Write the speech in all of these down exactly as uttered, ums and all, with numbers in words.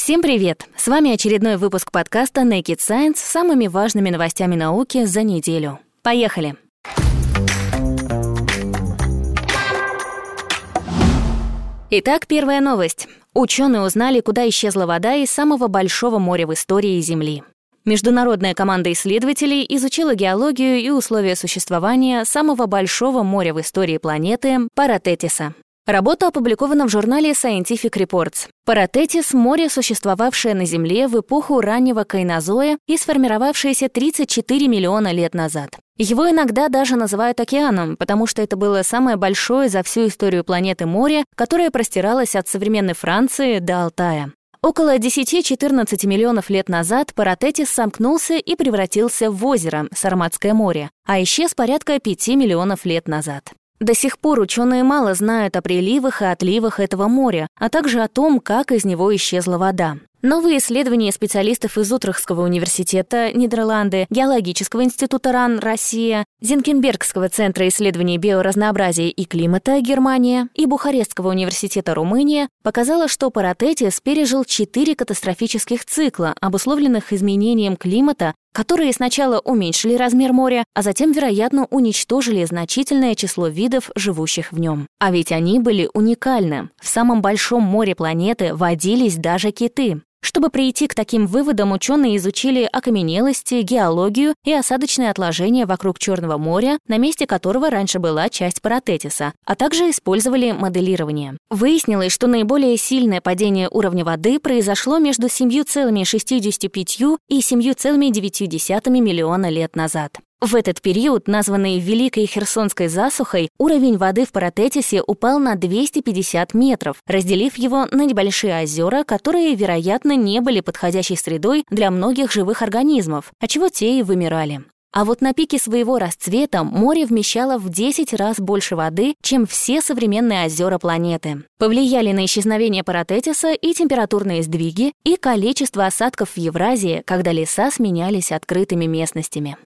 Всем привет! С вами очередной выпуск подкаста Naked Science с самыми важными новостями науки за неделю. Поехали! Итак, первая новость. Ученые узнали, куда исчезла вода из самого большого моря в истории Земли. Международная команда исследователей изучила геологию и условия существования самого большого моря в истории планеты – Паратетиса. Работа опубликована в журнале Scientific Reports. Паратетис – море, существовавшее на Земле в эпоху раннего кайнозоя и сформировавшееся тридцать четыре миллиона лет назад. Его иногда даже называют океаном, потому что это было самое большое за всю историю планеты море, которое простиралось от современной Франции до Алтая. Около десять-четырнадцать миллионов лет назад Паратетис сомкнулся и превратился в озеро, Сарматское море, а исчез порядка пяти миллионов лет назад. До сих пор ученые мало знают о приливах и отливах этого моря, а также о том, как из него исчезла вода. Новые исследования специалистов из Утрехтского университета, Нидерланды, Геологического института РАН, Россия, Зинкенбергского центра исследований биоразнообразия и климата, Германия, и Бухарестского университета, Румыния, показало, что Паратетис пережил четыре катастрофических цикла, обусловленных изменением климата, которые сначала уменьшили размер моря, а затем, вероятно, уничтожили значительное число видов, живущих в нем. А ведь они были уникальны. В самом большом море планеты водились даже киты. Чтобы прийти к таким выводам, ученые изучили окаменелости, геологию и осадочные отложения вокруг Черного моря, на месте которого раньше была часть Паратетиса, а также использовали моделирование. Выяснилось, что наиболее сильное падение уровня воды произошло между семью целыми шестьюдесятью пятью и семью целыми девятью десятыми миллиона лет назад. В этот период, названный Великой Херсонской засухой, уровень воды в Паратетисе упал на двести пятьдесят метров, разделив его на небольшие озера, которые, вероятно, не были подходящей средой для многих живых организмов, отчего те и вымирали. А вот на пике своего расцвета море вмещало в десять раз больше воды, чем все современные озера планеты. Повлияли на исчезновение Паратетиса и температурные сдвиги, и количество осадков в Евразии, когда леса сменялись открытыми местностями.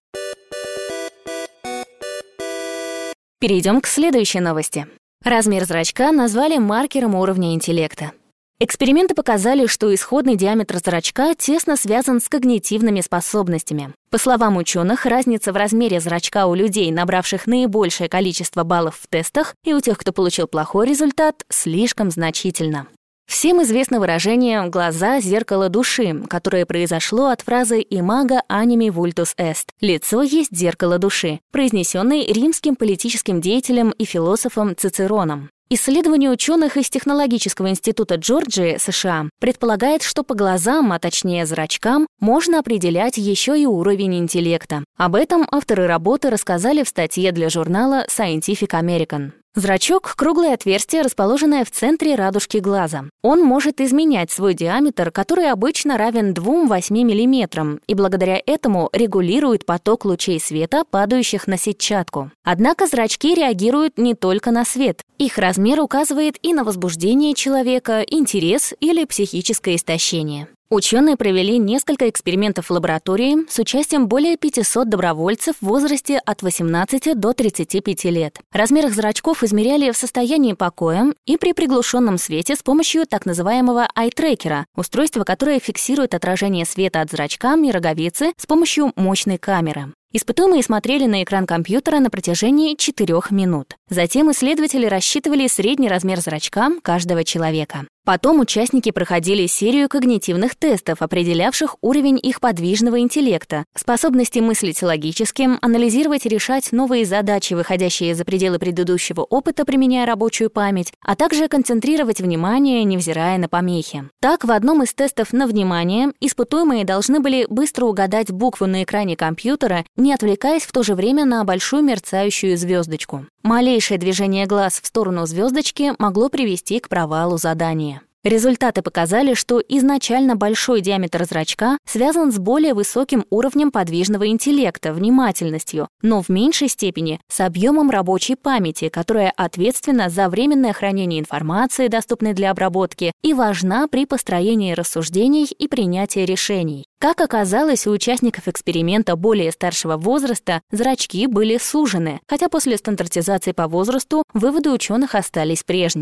Перейдем к следующей новости. Размер зрачка назвали маркером уровня интеллекта. Эксперименты показали, что исходный диаметр зрачка тесно связан с когнитивными способностями. По словам ученых, разница в размере зрачка у людей, набравших наибольшее количество баллов в тестах, и у тех, кто получил плохой результат, слишком значительна. Всем известно выражение «глаза – зеркало души», которое произошло от фразы «imago animi vultus est» – «лицо есть зеркало души», произнесенной римским политическим деятелем и философом Цицероном. Исследование ученых из Технологического института Джорджии, США, предполагает, что по глазам, а точнее зрачкам, можно определять еще и уровень интеллекта. Об этом авторы работы рассказали в статье для журнала Scientific American. Зрачок — круглое отверстие, расположенное в центре радужки глаза. Он может изменять свой диаметр, который обычно равен двум восьми миллиметрам, и благодаря этому регулирует поток лучей света, падающих на сетчатку. Однако зрачки реагируют не только на свет. Их размер указывает и на возбуждение человека, интерес или психическое истощение. Ученые провели несколько экспериментов в лаборатории с участием более пятисот добровольцев в возрасте от восемнадцати до тридцати пяти лет. Размер их зрачков измеряли в состоянии покоя и при приглушенном свете с помощью так называемого ай-трекера, устройства, которое фиксирует отражение света от зрачка и роговицы с помощью мощной камеры. Испытуемые смотрели на экран компьютера на протяжении четырёх минут. Затем исследователи рассчитывали средний размер зрачка каждого человека. Потом участники проходили серию когнитивных тестов, определявших уровень их подвижного интеллекта, способности мыслить логически, анализировать и решать новые задачи, выходящие за пределы предыдущего опыта, применяя рабочую память, а также концентрировать внимание, невзирая на помехи. Так, в одном из тестов на внимание испытуемые должны были быстро угадать букву на экране компьютера, не отвлекаясь в то же время на большую мерцающую звездочку. Малейшее движение глаз в сторону звездочки могло привести к провалу задания. Результаты показали, что изначально большой диаметр зрачка связан с более высоким уровнем подвижного интеллекта, внимательностью, но в меньшей степени с объемом рабочей памяти, которая ответственна за временное хранение информации, доступной для обработки, и важна при построении рассуждений и принятии решений. Как оказалось, у участников эксперимента более старшего возраста зрачки были сужены, хотя после стандартизации по возрасту выводы ученых остались прежними.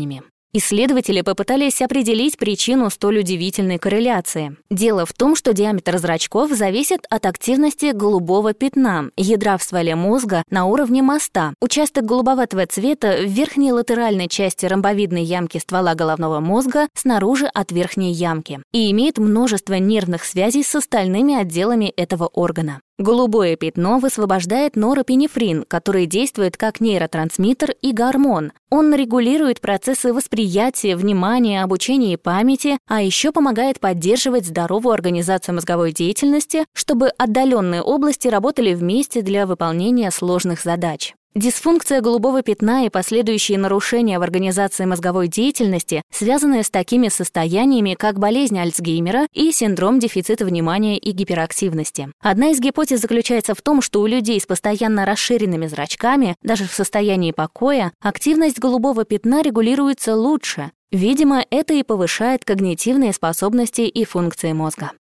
Исследователи попытались определить причину столь удивительной корреляции. Дело в том, что диаметр зрачков зависит от активности голубого пятна, ядра в стволе мозга на уровне моста. Участок голубоватого цвета в верхней латеральной части ромбовидной ямки ствола головного мозга снаружи от верхней ямки и имеет множество нервных связей с остальными отделами этого органа. Голубое пятно высвобождает норопинефрин, который действует как нейротрансмиттер и гормон. Он регулирует процессы восприятия, внимания, обучения и памяти, а еще помогает поддерживать здоровую организацию мозговой деятельности, чтобы отдаленные области работали вместе для выполнения сложных задач. Дисфункция голубого пятна и последующие нарушения в организации мозговой деятельности связаны с такими состояниями, как болезнь Альцгеймера и синдром дефицита внимания и гиперактивности. Одна из гипотез заключается в том, что у людей с постоянно расширенными зрачками, даже в состоянии покоя, активность голубого пятна регулируется лучше. Видимо, это и повышает когнитивные способности и функции мозга.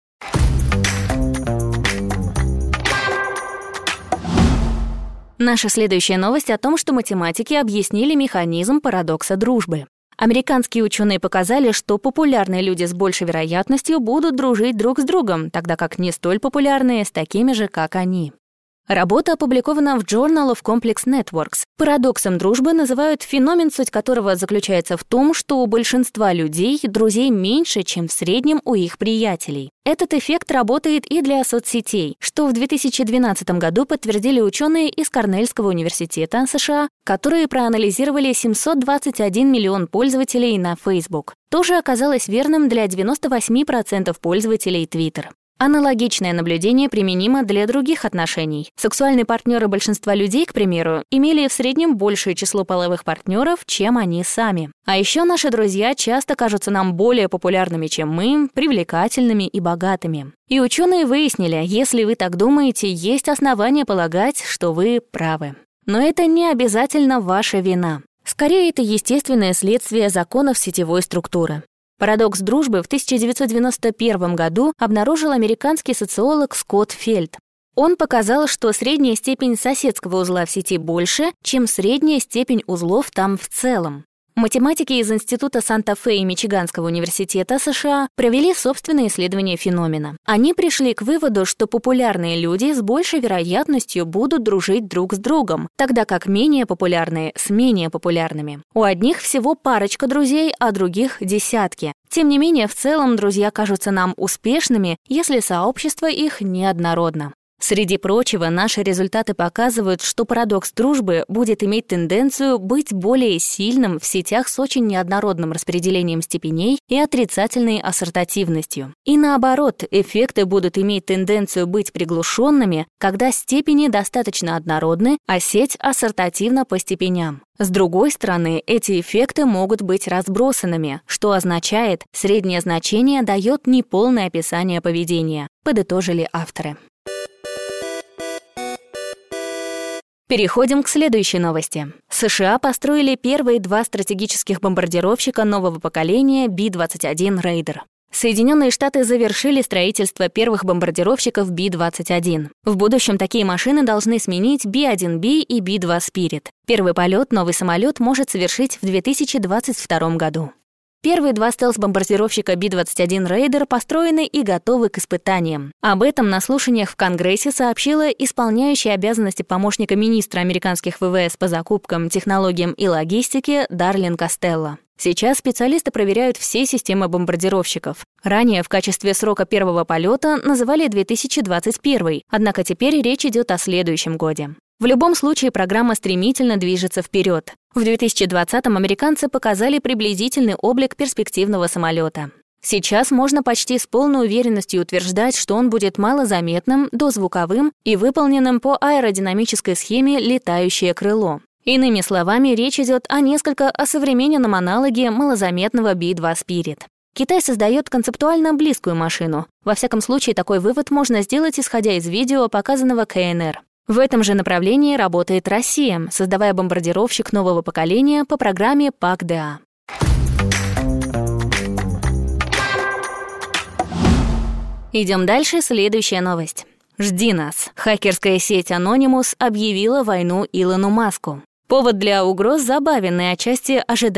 Наша следующая новость о том, что математики объяснили механизм парадокса дружбы. Американские ученые показали, что популярные люди с большей вероятностью будут дружить друг с другом, тогда как не столь популярные с такими же, как они. Работа опубликована в Journal of Complex Networks. Парадоксом дружбы называют феномен, суть которого заключается в том, что у большинства людей друзей меньше, чем в среднем у их приятелей. Этот эффект работает и для соцсетей, что в две тысячи двенадцатом году подтвердили ученые из Корнельского университета США, которые проанализировали семьсот двадцать один миллион пользователей на Facebook. Тоже оказалось верным для девяноста восьми процентов пользователей Twitter. Аналогичное наблюдение применимо для других отношений. Сексуальные партнеры большинства людей, к примеру, имели в среднем большее число половых партнеров, чем они сами. А еще наши друзья часто кажутся нам более популярными, чем мы, привлекательными и богатыми. И ученые выяснили, если вы так думаете, есть основания полагать, что вы правы. Но это не обязательно ваша вина. Скорее, это естественное следствие законов сетевой структуры. Парадокс дружбы в тысяча девятьсот девяносто первом году обнаружил американский социолог Скотт Фельд. Он показал, что средняя степень соседского узла в сети больше, чем средняя степень узлов там в целом. Математики из Института Санта-Фе и Мичиганского университета США провели собственное исследование феномена. Они пришли к выводу, что популярные люди с большей вероятностью будут дружить друг с другом, тогда как менее популярные с менее популярными. У одних всего парочка друзей, а других — десятки. Тем не менее, в целом друзья кажутся нам успешными, если сообщество их неоднородно. Среди прочего, наши результаты показывают, что парадокс дружбы будет иметь тенденцию быть более сильным в сетях с очень неоднородным распределением степеней и отрицательной ассортативностью. И наоборот, эффекты будут иметь тенденцию быть приглушенными, когда степени достаточно однородны, а сеть ассортативна по степеням. С другой стороны, эти эффекты могут быть разбросанными, что означает, среднее значение дает неполное описание поведения, подытожили авторы. Переходим к следующей новости. США построили первые два стратегических бомбардировщика нового поколения Би двадцать один Raider. Соединенные Штаты завершили строительство первых бомбардировщиков Би двадцать один. В будущем такие машины должны сменить Би один Би и Би два Spirit. Первый полет новый самолет может совершить в две тысячи двадцать втором году. Первые два стелс-бомбардировщика Би двадцать один Raider построены и готовы к испытаниям. Об этом на слушаниях в Конгрессе сообщила исполняющая обязанности помощника министра американских ВВС по закупкам, технологиям и логистике Дарлин Костелло. Сейчас специалисты проверяют все системы бомбардировщиков. Ранее в качестве срока первого полета называли две тысячи двадцать первый, однако теперь речь идет о следующем годе. В любом случае программа стремительно движется вперед. В две тысячи двадцатом американцы показали приблизительный облик перспективного самолета. Сейчас можно почти с полной уверенностью утверждать, что он будет малозаметным, дозвуковым и выполненным по аэродинамической схеме «летающее крыло». Иными словами, речь идет о несколько осовремененном аналоге малозаметного Би два Spirit. Китай создает концептуально близкую машину. Во всяком случае, такой вывод можно сделать, исходя из видео, показанного Ка Эн Эр. В этом же направлении работает Россия, создавая бомбардировщик нового поколения по программе ПАК-ДА. Идем дальше, следующая новость. Жди нас. Хакерская сеть Anonymous объявила войну Илону Маску. Повод для угроз забавен и отчасти ожидаем.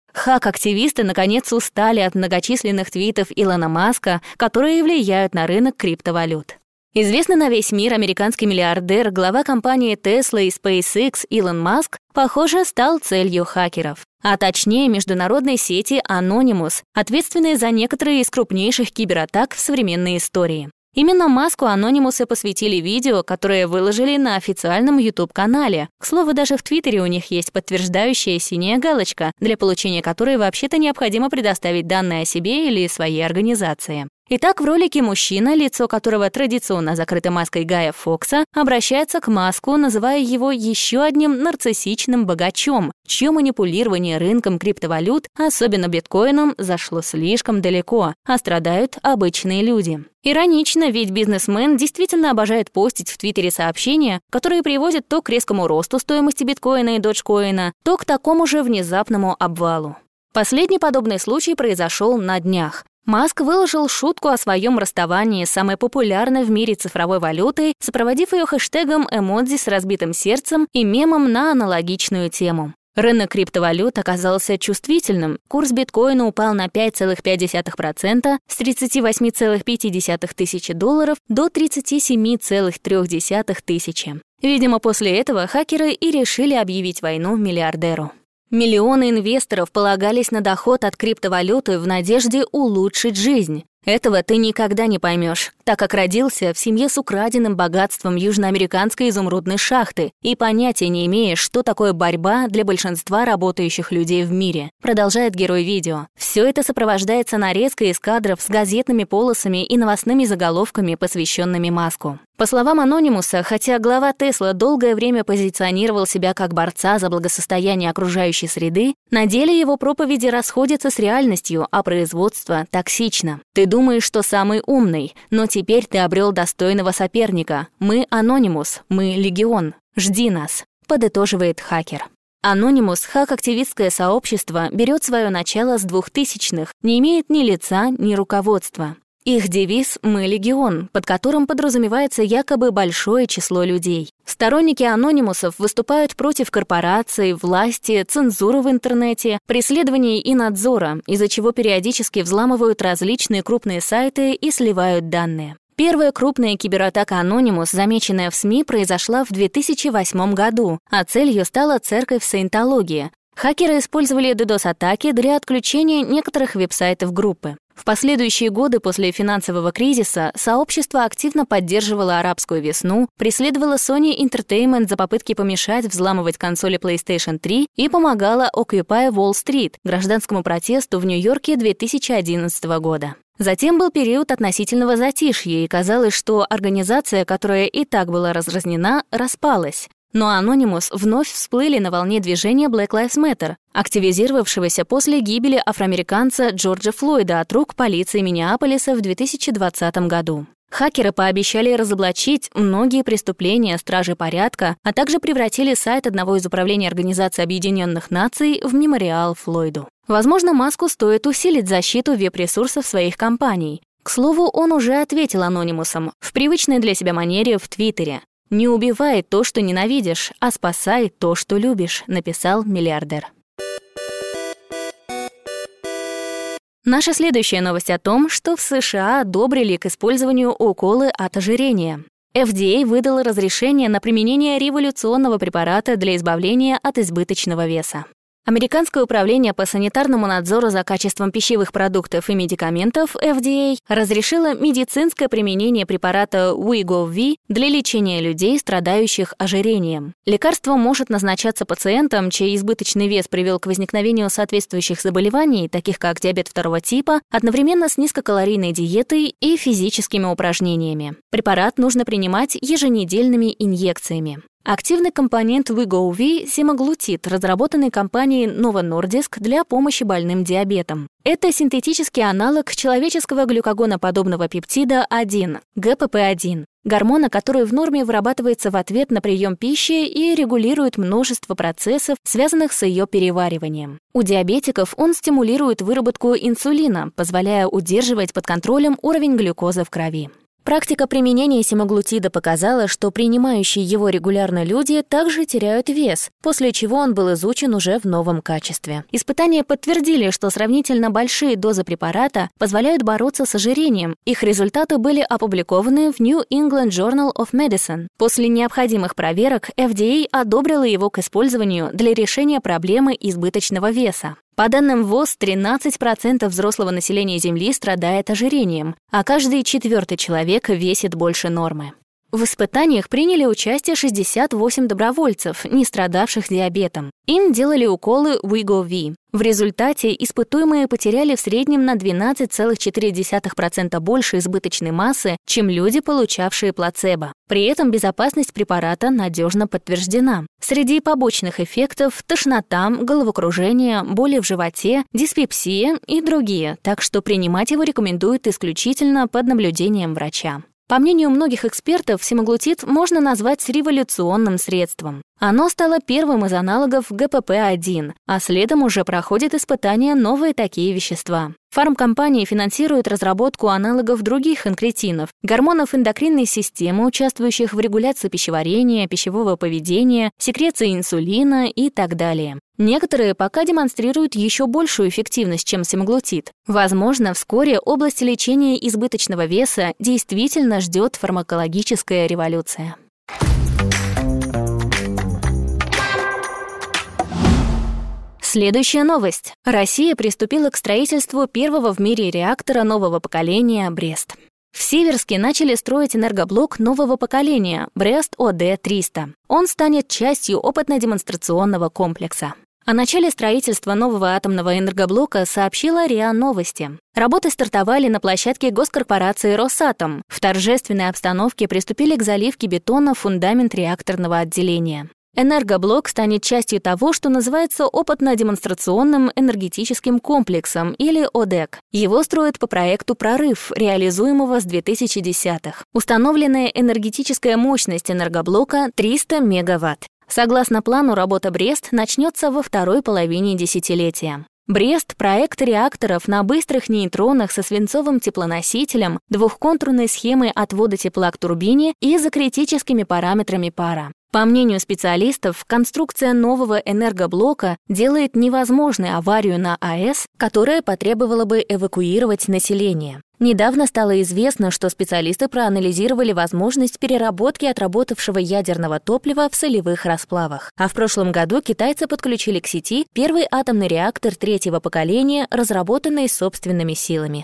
Хак-активисты наконец устали от многочисленных твитов Илона Маска, которые влияют на рынок криптовалют. Известный на весь мир американский миллиардер, глава компании Tesla и SpaceX Илон Маск, похоже, стал целью хакеров. А точнее, международной сети Anonymous, ответственной за некоторые из крупнейших кибератак в современной истории. Именно Маску Anonymous посвятили видео, которое выложили на официальном YouTube-канале. К слову, даже в Твиттере у них есть подтверждающая синяя галочка, для получения которой вообще-то необходимо предоставить данные о себе или своей организации. Итак, в ролике мужчина, лицо которого традиционно закрыто маской Гая Фокса, обращается к Маску, называя его еще одним нарциссичным богачом, чье манипулирование рынком криптовалют, особенно биткоином, зашло слишком далеко, а страдают обычные люди. Иронично, ведь бизнесмен действительно обожает постить в Твиттере сообщения, которые приводят то к резкому росту стоимости биткоина и доджкоина, то к такому же внезапному обвалу. Последний подобный случай произошел на днях. Маск выложил шутку о своем расставании с самой популярной в мире цифровой валютой, сопроводив ее хэштегом эмодзи с разбитым сердцем и мемом на аналогичную тему. Рынок криптовалют оказался чувствительным. Курс биткоина упал на пять целых пять десятых процента с тридцати восьми целых пяти десятых тысячи долларов до тридцати семи целых трёх десятых тысячи. Видимо, после этого хакеры и решили объявить войну миллиардеру. Миллионы инвесторов полагались на доход от криптовалюты в надежде улучшить жизнь. Этого ты никогда не поймешь, так как родился в семье с украденным богатством южноамериканской изумрудной шахты и понятия не имеешь, что такое борьба для большинства работающих людей в мире, продолжает герой видео. Все это сопровождается нарезкой из кадров с газетными полосами и новостными заголовками, посвященными Маску. По словам Анонимуса, хотя глава Tesla долгое время позиционировал себя как борца за благосостояние окружающей среды, на деле его проповеди расходятся с реальностью, а производство токсично. Ты думаешь, что самый умный, но теперь ты обрел достойного соперника. Мы Anonymous, мы Легион. Жди нас, подытоживает хакер. Anonymous, хак-активистское сообщество, берет свое начало с двухтысячных, не имеет ни лица, ни руководства. Их девиз «Мы Легион», под которым подразумевается якобы большое число людей. Сторонники анонимусов выступают против корпораций, власти, цензуры в интернете, преследований и надзора, из-за чего периодически взламывают различные крупные сайты и сливают данные. Первая крупная кибератака Anonymous, замеченная в СМИ, произошла в две тысячи восьмом году, а целью стала церковь саентологии. Хакеры использовали ддос-атаки для отключения некоторых веб-сайтов группы. В последующие годы после финансового кризиса сообщество активно поддерживало арабскую весну, преследовало Sony Entertainment за попытки помешать взламывать консоли PlayStation три и помогало Occupy Wall Street, гражданскому протесту в Нью-Йорке две тысячи одиннадцатого года. Затем был период относительного затишья, и казалось, что организация, которая и так была разразнена, распалась. Но Anonymous вновь всплыли на волне движения Black Lives Matter, активизировавшегося после гибели афроамериканца Джорджа Флойда от рук полиции Миннеаполиса в две тысячи двадцатом году. Хакеры пообещали разоблачить многие преступления стражи порядка, а также превратили сайт одного из управлений Организации Объединенных Наций в мемориал Флойду. Возможно, Маску стоит усилить защиту веб-ресурсов своих компаний. К слову, он уже ответил анонимусам в привычной для себя манере в Твиттере. «Не убивай то, что ненавидишь, а спасай то, что любишь», написал миллиардер. Наша следующая новость о том, что в США одобрили к использованию уколы от ожирения. эф ди эй выдала разрешение на применение революционного препарата для избавления от избыточного веса. Американское управление по санитарному надзору за качеством пищевых продуктов и медикаментов эф ди эй разрешило медицинское применение препарата Wegovy для лечения людей, страдающих ожирением. Лекарство может назначаться пациентам, чей избыточный вес привел к возникновению соответствующих заболеваний, таких как диабет второго типа, одновременно с низкокалорийной диетой и физическими упражнениями. Препарат нужно принимать еженедельными инъекциями. Активный компонент Wegovy – семаглутид, разработанный компанией Novo Nordisk для помощи больным диабетом. Это синтетический аналог человеческого глюкогоноподобного пептида один – джи пи пи один, гормона, который в норме вырабатывается в ответ на прием пищи и регулирует множество процессов, связанных с ее перевариванием. У диабетиков он стимулирует выработку инсулина, позволяя удерживать под контролем уровень глюкозы в крови. Практика применения семаглутида показала, что принимающие его регулярно люди также теряют вес, после чего он был изучен уже в новом качестве. Испытания подтвердили, что сравнительно большие дозы препарата позволяют бороться с ожирением. Их результаты были опубликованы в New England Journal of Medicine. После необходимых проверок эф ди эй одобрила его к использованию для решения проблемы избыточного веса. По данным ВОЗ, тринадцать процентов взрослого населения Земли страдает ожирением, а каждый четвертый человек весит больше нормы. В испытаниях приняли участие шестьдесят восемь добровольцев, не страдавших диабетом. Им делали уколы Wegovy. В результате испытуемые потеряли в среднем на двенадцать целых четыре десятых процента больше избыточной массы, чем люди, получавшие плацебо. При этом безопасность препарата надежно подтверждена. Среди побочных эффектов – тошнота, головокружение, боли в животе, диспепсия и другие, так что принимать его рекомендуют исключительно под наблюдением врача. По мнению многих экспертов, семаглутид можно назвать революционным средством. Оно стало первым из аналогов гэ пэ пэ один, а следом уже проходят испытания новые такие вещества. Фармкомпании финансируют разработку аналогов других инкретинов, гормонов эндокринной системы, участвующих в регуляции пищеварения, пищевого поведения, секреции инсулина и так далее. Некоторые пока демонстрируют еще большую эффективность, чем семаглутид. Возможно, вскоре область лечения избыточного веса действительно ждет фармакологическая революция. Следующая новость. Россия приступила к строительству первого в мире реактора нового поколения «Брест». В Северске начали строить энергоблок нового поколения «Брест о дэ триста». Он станет частью опытно-демонстрационного комплекса. О начале строительства нового атомного энергоблока сообщила РИА Новости. Работы стартовали на площадке госкорпорации «Росатом». В торжественной обстановке приступили к заливке бетона в фундамент реакторного отделения. Энергоблок станет частью того, что называется опытно-демонстрационным энергетическим комплексом, или о дэ ка. Его строят по проекту «Прорыв», реализуемого с две тысячи десятых. Установленная энергетическая мощность энергоблока — триста мегаватт. Согласно плану, работа «Брест» начнется во второй половине десятилетия. «Брест» — проект реакторов на быстрых нейтронах со свинцовым теплоносителем, двухконтурной схемой отвода тепла к турбине и за критическими параметрами пара. По мнению специалистов, конструкция нового энергоблока делает невозможной аварию на а э с, которая потребовала бы эвакуировать население. Недавно стало известно, что специалисты проанализировали возможность переработки отработавшего ядерного топлива в солевых расплавах. А в прошлом году китайцы подключили к сети первый атомный реактор третьего поколения, разработанный собственными силами.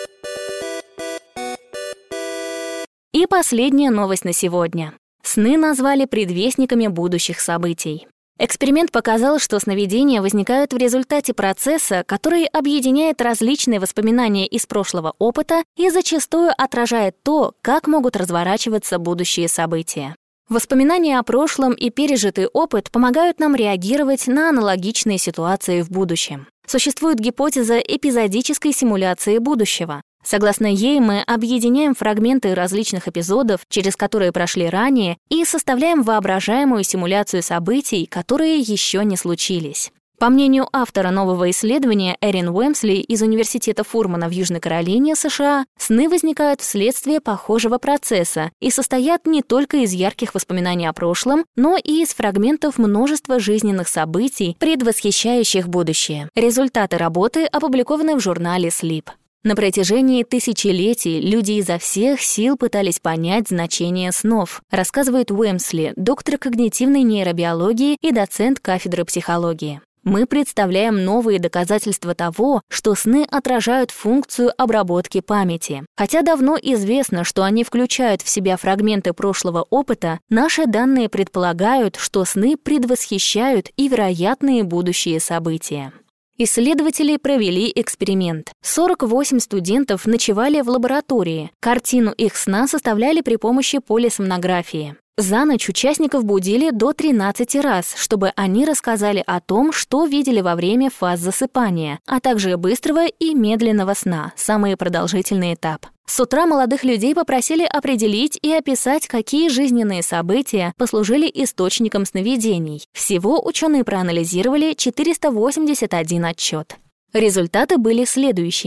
И последняя новость на сегодня. Сны назвали предвестниками будущих событий. Эксперимент показал, что сновидения возникают в результате процесса, который объединяет различные воспоминания из прошлого опыта и зачастую отражает то, как могут разворачиваться будущие события. Воспоминания о прошлом и пережитый опыт помогают нам реагировать на аналогичные ситуации в будущем. Существует гипотеза эпизодической симуляции будущего. Согласно ей, мы объединяем фрагменты различных эпизодов, через которые прошли ранее, и составляем воображаемую симуляцию событий, которые еще не случились. По мнению автора нового исследования Эрин Уэмсли из Университета Фурмана в Южной Каролине, США, сны возникают вследствие похожего процесса и состоят не только из ярких воспоминаний о прошлом, но и из фрагментов множества жизненных событий, предвосхищающих будущее. Результаты работы опубликованы в журнале Sleep. На протяжении тысячелетий люди изо всех сил пытались понять значение снов, рассказывает Уэмсли, доктор когнитивной нейробиологии и доцент кафедры психологии. Мы представляем новые доказательства того, что сны отражают функцию обработки памяти. Хотя давно известно, что они включают в себя фрагменты прошлого опыта, наши данные предполагают, что сны предвосхищают и вероятные будущие события. Исследователи провели эксперимент. сорок восемь студентов ночевали в лаборатории. Картину их сна составляли при помощи полисомнографии. За ночь участников будили до тринадцати раз, чтобы они рассказали о том, что видели во время фаз засыпания, а также быстрого и медленного сна, самый продолжительный этап. С утра молодых людей попросили определить и описать, какие жизненные события послужили источником сновидений. Всего ученые проанализировали четыреста восемьдесят один отчет. Результаты были следующими.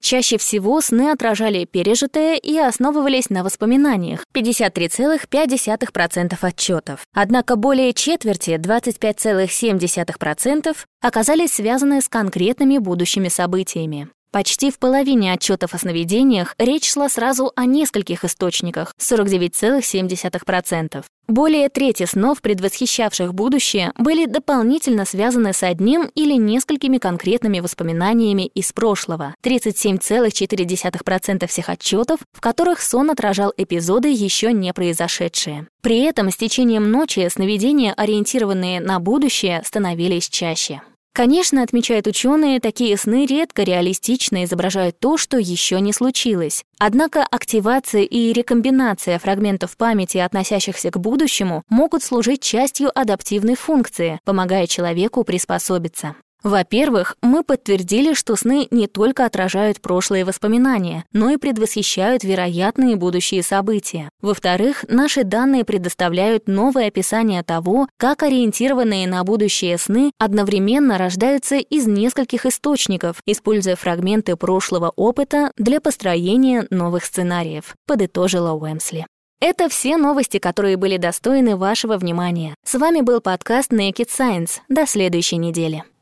Чаще всего сны отражали пережитое и основывались на воспоминаниях – пятьдесят три целых пять десятых процента отчетов. Однако более четверти – двадцать пять целых семь десятых процента оказались связаны с конкретными будущими событиями. Почти в половине отчетов о сновидениях речь шла сразу о нескольких источниках – сорок девять целых семь десятых процента. Более трети снов, предвосхищавших будущее, были дополнительно связаны с одним или несколькими конкретными воспоминаниями из прошлого – тридцать семь целых четыре десятых процента всех отчетов, в которых сон отражал эпизоды, еще не произошедшие. При этом с течением ночи сновидения, ориентированные на будущее, становились чаще. Конечно, отмечают ученые, такие сны редко реалистично изображают то, что еще не случилось. Однако активация и рекомбинация фрагментов памяти, относящихся к будущему, могут служить частью адаптивной функции, помогая человеку приспособиться. Во-первых, мы подтвердили, что сны не только отражают прошлые воспоминания, но и предвосхищают вероятные будущие события. Во-вторых, наши данные предоставляют новое описание того, как ориентированные на будущее сны одновременно рождаются из нескольких источников, используя фрагменты прошлого опыта для построения новых сценариев, подытожила Уэмсли. Это все новости, которые были достойны вашего внимания. С вами был подкаст Naked Science. До следующей недели.